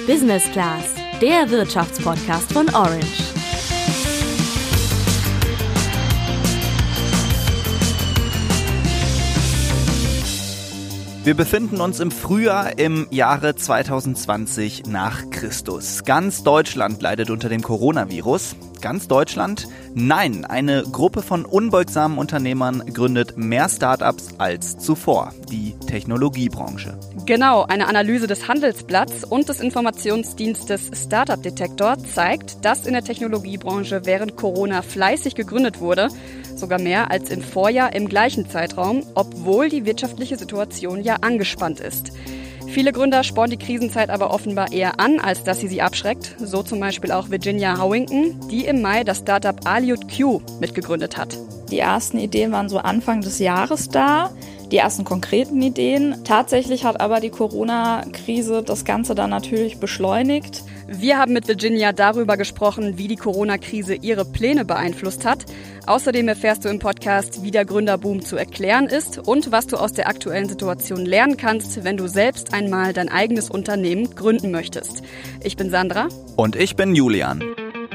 Business Class, der Wirtschaftspodcast von Orange. Wir befinden uns im Frühjahr im Jahre 2020 nach Christus. Ganz Deutschland leidet unter dem Coronavirus. Ganz Deutschland? Nein, eine Gruppe von unbeugsamen Unternehmern gründet mehr Startups als zuvor, die Technologiebranche. Genau, eine Analyse des Handelsblatts und des Informationsdienstes Startup Detektor zeigt, dass in der Technologiebranche während Corona fleißig gegründet wurde, sogar mehr als im Vorjahr im gleichen Zeitraum, obwohl die wirtschaftliche Situation ja angespannt ist. Viele Gründer spornen die Krisenzeit aber offenbar eher an, als dass sie abschreckt. So zum Beispiel auch Virginia Howington, die im Mai das Startup Aliud Q mitgegründet hat. Die ersten Ideen waren so Anfang des Jahres da, die ersten konkreten Ideen. Tatsächlich hat aber die Corona-Krise das Ganze dann natürlich beschleunigt. Wir haben mit Virginia darüber gesprochen, wie die Corona-Krise ihre Pläne beeinflusst hat. Außerdem erfährst du im Podcast, wie der Gründerboom zu erklären ist und was du aus der aktuellen Situation lernen kannst, wenn du selbst einmal dein eigenes Unternehmen gründen möchtest. Ich bin Sandra. Und ich bin Julian.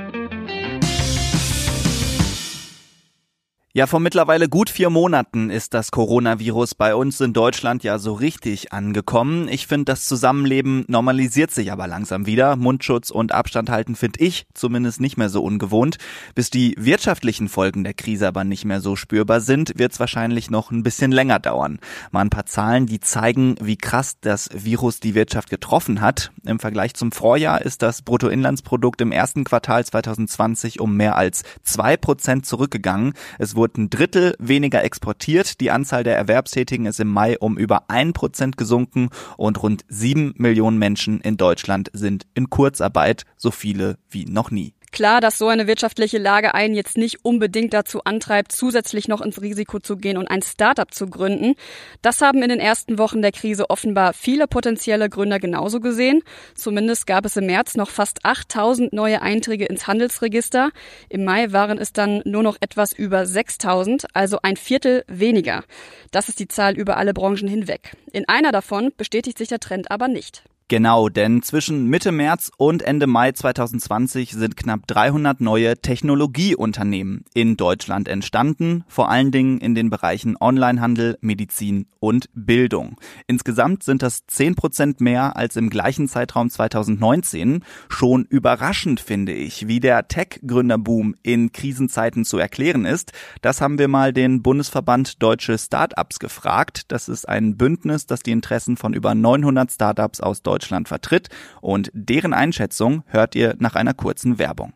Ja, vor mittlerweile gut 4 Monaten ist das Coronavirus bei uns in Deutschland ja so richtig angekommen. Ich finde, das Zusammenleben normalisiert sich aber langsam wieder. Mundschutz und Abstand halten finde ich zumindest nicht mehr so ungewohnt. Bis die wirtschaftlichen Folgen der Krise aber nicht mehr so spürbar sind, wird es wahrscheinlich noch ein bisschen länger dauern. Mal ein paar Zahlen, die zeigen, wie krass das Virus die Wirtschaft getroffen hat. Im Vergleich zum Vorjahr ist das Bruttoinlandsprodukt im ersten Quartal 2020 um mehr als 2% zurückgegangen. Es wurde ein Drittel weniger exportiert. Die Anzahl der Erwerbstätigen ist im Mai um über 1% gesunken und rund 7 Millionen Menschen in Deutschland sind in Kurzarbeit, so viele wie noch nie. Klar, dass so eine wirtschaftliche Lage einen jetzt nicht unbedingt dazu antreibt, zusätzlich noch ins Risiko zu gehen und ein Startup zu gründen. Das haben in den ersten Wochen der Krise offenbar viele potenzielle Gründer genauso gesehen. Zumindest gab es im März noch fast 8.000 neue Einträge ins Handelsregister. Im Mai waren es dann nur noch etwas über 6.000, also ein Viertel weniger. Das ist die Zahl über alle Branchen hinweg. In einer davon bestätigt sich der Trend aber nicht. Genau, denn zwischen Mitte März und Ende Mai 2020 sind knapp 300 neue Technologieunternehmen in Deutschland entstanden, vor allen Dingen in den Bereichen Onlinehandel, Medizin und Bildung. Insgesamt sind das 10% mehr als im gleichen Zeitraum 2019. Schon überraschend finde ich, wie der Tech-Gründerboom in Krisenzeiten zu erklären ist. Das haben wir mal den Bundesverband Deutsche Startups gefragt. Das ist ein Bündnis, das die Interessen von über 900 Startups aus Deutschland vertritt, und deren Einschätzung hört ihr nach einer kurzen Werbung.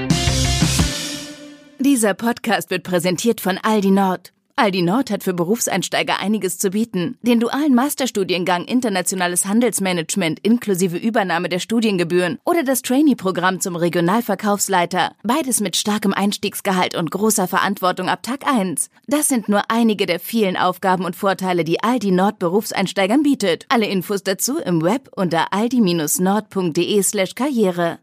Dieser Podcast wird präsentiert von Aldi Nord. Aldi Nord hat für Berufseinsteiger einiges zu bieten. Den dualen Masterstudiengang Internationales Handelsmanagement inklusive Übernahme der Studiengebühren oder das Trainee-Programm zum Regionalverkaufsleiter. Beides mit starkem Einstiegsgehalt und großer Verantwortung ab Tag 1. Das sind nur einige der vielen Aufgaben und Vorteile, die Aldi Nord Berufseinsteigern bietet. Alle Infos dazu im Web unter aldi-nord.de/karriere.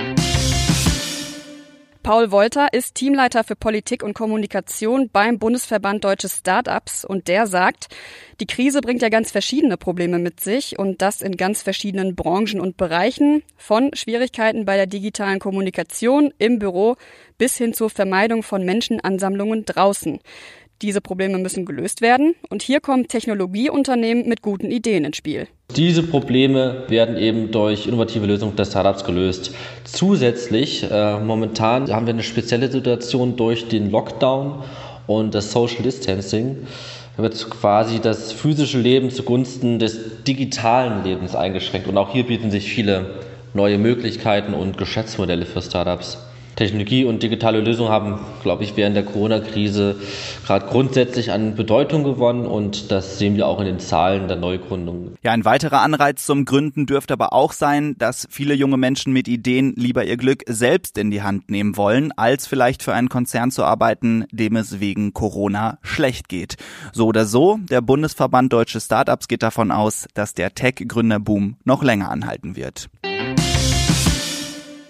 Paul Wolter ist Teamleiter für Politik und Kommunikation beim Bundesverband Deutsche Startups und der sagt, die Krise bringt ja ganz verschiedene Probleme mit sich und das in ganz verschiedenen Branchen und Bereichen, von Schwierigkeiten bei der digitalen Kommunikation im Büro bis hin zur Vermeidung von Menschenansammlungen draußen. Diese Probleme müssen gelöst werden und hier kommen Technologieunternehmen mit guten Ideen ins Spiel. Diese Probleme werden eben durch innovative Lösungen der Startups gelöst. Zusätzlich, momentan haben wir eine spezielle Situation durch den Lockdown und das Social Distancing. Da wird quasi das physische Leben zugunsten des digitalen Lebens eingeschränkt. Und auch hier bieten sich viele neue Möglichkeiten und Geschäftsmodelle für Startups. Technologie und digitale Lösungen haben, glaube ich, während der Corona-Krise gerade grundsätzlich an Bedeutung gewonnen und das sehen wir auch in den Zahlen der Neugründungen. Ja, ein weiterer Anreiz zum Gründen dürfte aber auch sein, dass viele junge Menschen mit Ideen lieber ihr Glück selbst in die Hand nehmen wollen, als vielleicht für einen Konzern zu arbeiten, dem es wegen Corona schlecht geht. So oder so, der Bundesverband Deutsche Startups geht davon aus, dass der Tech-Gründerboom noch länger anhalten wird.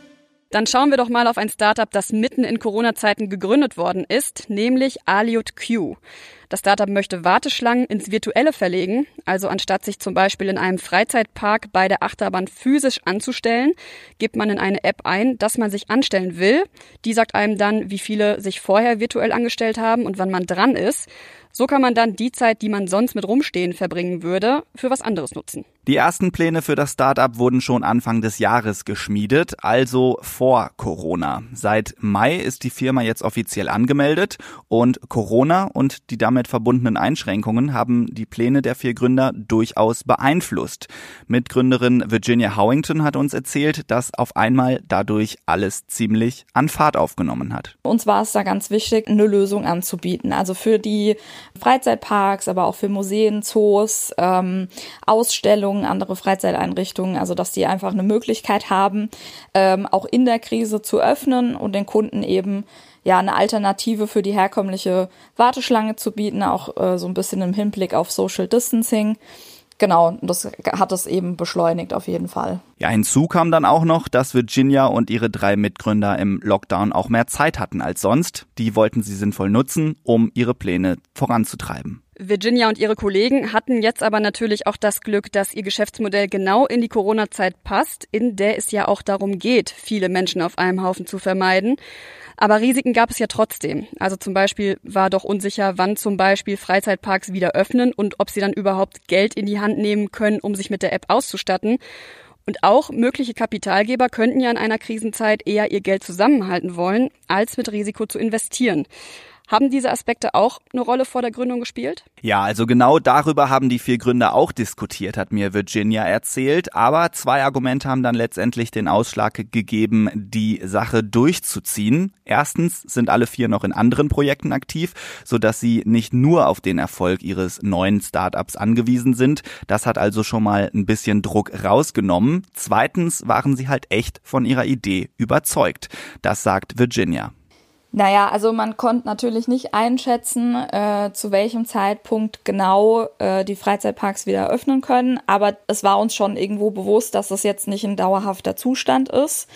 Dann schauen wir doch mal auf ein Startup, das mitten in Corona-Zeiten gegründet worden ist, nämlich Aliot Q. Das Startup möchte Warteschlangen ins Virtuelle verlegen, also anstatt sich zum Beispiel in einem Freizeitpark bei der Achterbahn physisch anzustellen, gibt man in eine App ein, dass man sich anstellen will. Die sagt einem dann, wie viele sich vorher virtuell angestellt haben und wann man dran ist. So kann man dann die Zeit, die man sonst mit Rumstehen verbringen würde, für was anderes nutzen. Die ersten Pläne für das Startup wurden schon Anfang des Jahres geschmiedet, also vor Corona. Seit Mai ist die Firma jetzt offiziell angemeldet und Corona und die damit verbundenen Einschränkungen haben die Pläne der 4 Gründer durchaus beeinflusst. Mitgründerin Virginia Howington hat uns erzählt, dass auf einmal dadurch alles ziemlich an Fahrt aufgenommen hat. Uns war es da ganz wichtig, eine Lösung anzubieten. Also für die Freizeitparks, aber auch für Museen, Zoos, Ausstellungen, andere Freizeiteinrichtungen, also dass die einfach eine Möglichkeit haben, auch in der Krise zu öffnen und den Kunden eben eine Alternative für die herkömmliche Warteschlange zu bieten, auch so ein bisschen im Hinblick auf Social Distancing. Genau, das hat es eben beschleunigt auf jeden Fall. Ja, hinzu kam dann auch noch, dass Virginia und ihre 3 Mitgründer im Lockdown auch mehr Zeit hatten als sonst. Die wollten sie sinnvoll nutzen, um ihre Pläne voranzutreiben. Virginia und ihre Kollegen hatten jetzt aber natürlich auch das Glück, dass ihr Geschäftsmodell genau in die Corona-Zeit passt, in der es ja auch darum geht, viele Menschen auf einem Haufen zu vermeiden. Aber Risiken gab es ja trotzdem. Also zum Beispiel war doch unsicher, wann zum Beispiel Freizeitparks wieder öffnen und ob sie dann überhaupt Geld in die Hand nehmen können, um sich mit der App auszustatten. Und auch mögliche Kapitalgeber könnten ja in einer Krisenzeit eher ihr Geld zusammenhalten wollen, als mit Risiko zu investieren. Haben diese Aspekte auch eine Rolle vor der Gründung gespielt? Ja, also genau darüber haben die 4 Gründer auch diskutiert, hat mir Virginia erzählt. Aber 2 Argumente haben dann letztendlich den Ausschlag gegeben, die Sache durchzuziehen. Erstens sind alle 4 noch in anderen Projekten aktiv, sodass sie nicht nur auf den Erfolg ihres neuen Startups angewiesen sind. Das hat also schon mal ein bisschen Druck rausgenommen. Zweitens waren sie halt echt von ihrer Idee überzeugt. Das sagt Virginia. Naja, also man konnte natürlich nicht einschätzen, zu welchem Zeitpunkt genau die Freizeitparks wieder öffnen können, aber es war uns schon irgendwo bewusst, dass das jetzt nicht ein dauerhafter Zustand ist.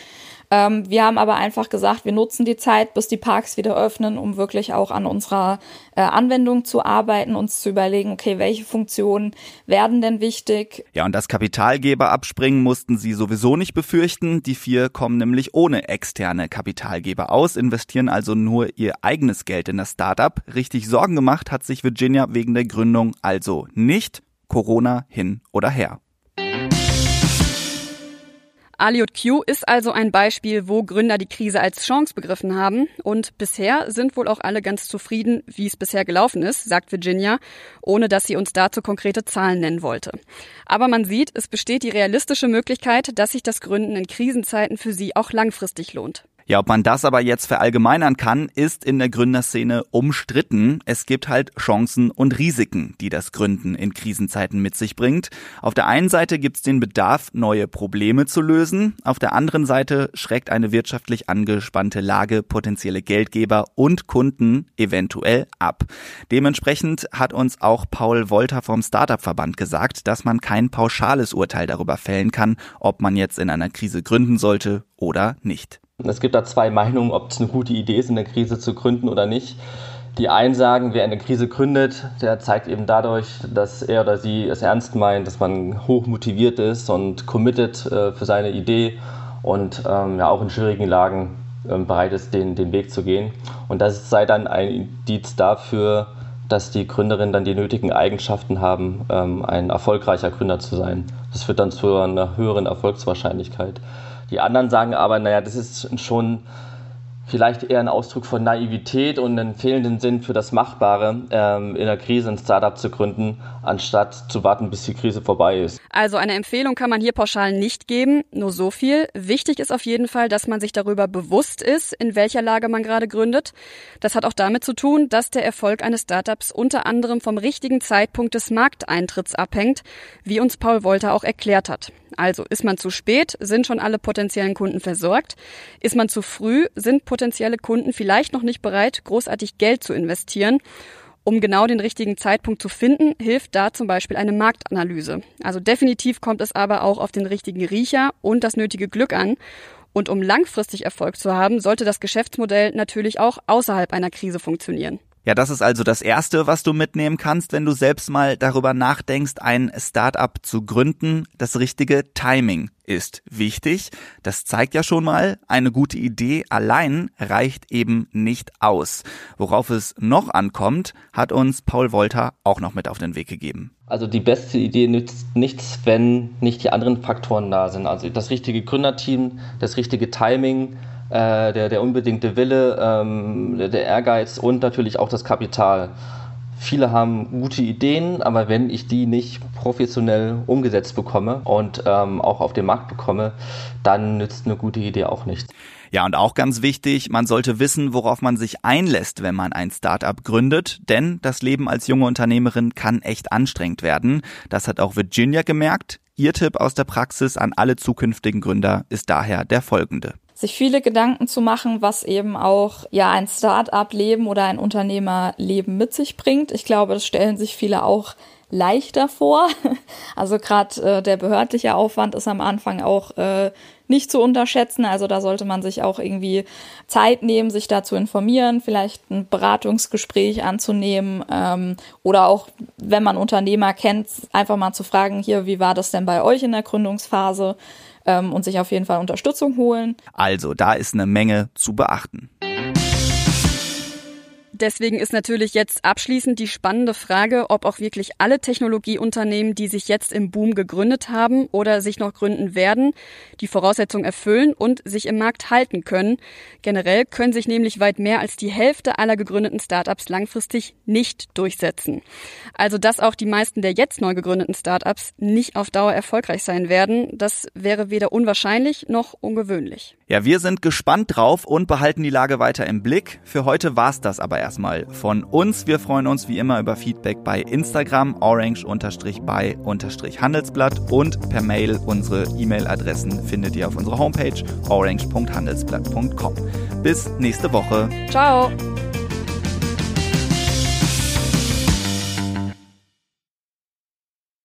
Wir haben aber einfach gesagt, wir nutzen die Zeit, bis die Parks wieder öffnen, um wirklich auch an unserer Anwendung zu arbeiten, uns zu überlegen, okay, welche Funktionen werden denn wichtig? Ja, und das Kapitalgeber abspringen mussten sie sowieso nicht befürchten. Die 4 kommen nämlich ohne externe Kapitalgeber aus, investieren also nur ihr eigenes Geld in das Startup. Richtig Sorgen gemacht hat sich Virginia wegen der Gründung also nicht. Corona hin oder her. Aliot Q ist also ein Beispiel, wo Gründer die Krise als Chance begriffen haben. Und bisher sind wohl auch alle ganz zufrieden, wie es bisher gelaufen ist, sagt Virginia, ohne dass sie uns dazu konkrete Zahlen nennen wollte. Aber man sieht, es besteht die realistische Möglichkeit, dass sich das Gründen in Krisenzeiten für sie auch langfristig lohnt. Ja, ob man das aber jetzt verallgemeinern kann, ist in der Gründerszene umstritten. Es gibt halt Chancen und Risiken, die das Gründen in Krisenzeiten mit sich bringt. Auf der einen Seite gibt's den Bedarf, neue Probleme zu lösen. Auf der anderen Seite schreckt eine wirtschaftlich angespannte Lage potenzielle Geldgeber und Kunden eventuell ab. Dementsprechend hat uns auch Paul Wolter vom Startup-Verband gesagt, dass man kein pauschales Urteil darüber fällen kann, ob man jetzt in einer Krise gründen sollte oder nicht. Es gibt da 2 Meinungen, ob es eine gute Idee ist, in der Krise zu gründen oder nicht. Die einen sagen, wer in der Krise gründet, der zeigt eben dadurch, dass er oder sie es ernst meint, dass man hoch motiviert ist und committed für seine Idee und auch in schwierigen Lagen bereit ist, den Weg zu gehen. Und das sei dann ein Indiz dafür, dass die Gründerinnen dann die nötigen Eigenschaften haben, ein erfolgreicher Gründer zu sein. Das führt dann zu einer höheren Erfolgswahrscheinlichkeit. Die anderen sagen aber, das ist schon vielleicht eher ein Ausdruck von Naivität und einen fehlenden Sinn für das Machbare, in der Krise ein Startup zu gründen, anstatt zu warten, bis die Krise vorbei ist. Also eine Empfehlung kann man hier pauschal nicht geben, nur so viel. Wichtig ist auf jeden Fall, dass man sich darüber bewusst ist, in welcher Lage man gerade gründet. Das hat auch damit zu tun, dass der Erfolg eines Startups unter anderem vom richtigen Zeitpunkt des Markteintritts abhängt, wie uns Paul Wolter auch erklärt hat. Also ist man zu spät, sind schon alle potenziellen Kunden versorgt. Ist man zu früh, sind potenzielle Kunden vielleicht noch nicht bereit, großartig Geld zu investieren. Um genau den richtigen Zeitpunkt zu finden, hilft da zum Beispiel eine Marktanalyse. Also definitiv kommt es aber auch auf den richtigen Riecher und das nötige Glück an. Und um langfristig Erfolg zu haben, sollte das Geschäftsmodell natürlich auch außerhalb einer Krise funktionieren. Ja, das ist also das Erste, was du mitnehmen kannst, wenn du selbst mal darüber nachdenkst, ein Start-up zu gründen. Das richtige Timing ist wichtig. Das zeigt ja schon mal, eine gute Idee allein reicht eben nicht aus. Worauf es noch ankommt, hat uns Paul Wolter auch noch mit auf den Weg gegeben. Also die beste Idee nützt nichts, wenn nicht die anderen Faktoren da sind. Also das richtige Gründerteam, das richtige Timing, der unbedingte Wille, der Ehrgeiz und natürlich auch das Kapital. Viele haben gute Ideen, aber wenn ich die nicht professionell umgesetzt bekomme und auch auf den Markt bekomme, dann nützt eine gute Idee auch nichts. Ja, und auch ganz wichtig, man sollte wissen, worauf man sich einlässt, wenn man ein Start-up gründet, denn das Leben als junge Unternehmerin kann echt anstrengend werden. Das hat auch Virginia gemerkt. Ihr Tipp aus der Praxis an alle zukünftigen Gründer ist daher der folgende. Sich viele Gedanken zu machen, was eben auch ein Start-up-Leben oder ein Unternehmerleben mit sich bringt. Ich glaube, das stellen sich viele auch leichter vor. Also gerade der behördliche Aufwand ist am Anfang auch nicht zu unterschätzen. Also da sollte man sich auch irgendwie Zeit nehmen, sich da zu informieren, vielleicht ein Beratungsgespräch anzunehmen oder auch, wenn man Unternehmer kennt, einfach mal zu fragen, hier, wie war das denn bei euch in der Gründungsphase? Und sich auf jeden Fall Unterstützung holen. Also, da ist eine Menge zu beachten. Deswegen ist natürlich jetzt abschließend die spannende Frage, ob auch wirklich alle Technologieunternehmen, die sich jetzt im Boom gegründet haben oder sich noch gründen werden, die Voraussetzungen erfüllen und sich im Markt halten können. Generell können sich nämlich weit mehr als die Hälfte aller gegründeten Startups langfristig nicht durchsetzen. Also, dass auch die meisten der jetzt neu gegründeten Startups nicht auf Dauer erfolgreich sein werden, das wäre weder unwahrscheinlich noch ungewöhnlich. Ja, wir sind gespannt drauf und behalten die Lage weiter im Blick. Für heute war's das aber erstmal von uns. Wir freuen uns wie immer über Feedback bei Instagram, orange_by_handelsblatt und per Mail. Unsere E-Mail-Adressen findet ihr auf unserer Homepage orange.handelsblatt.com. Bis nächste Woche. Ciao!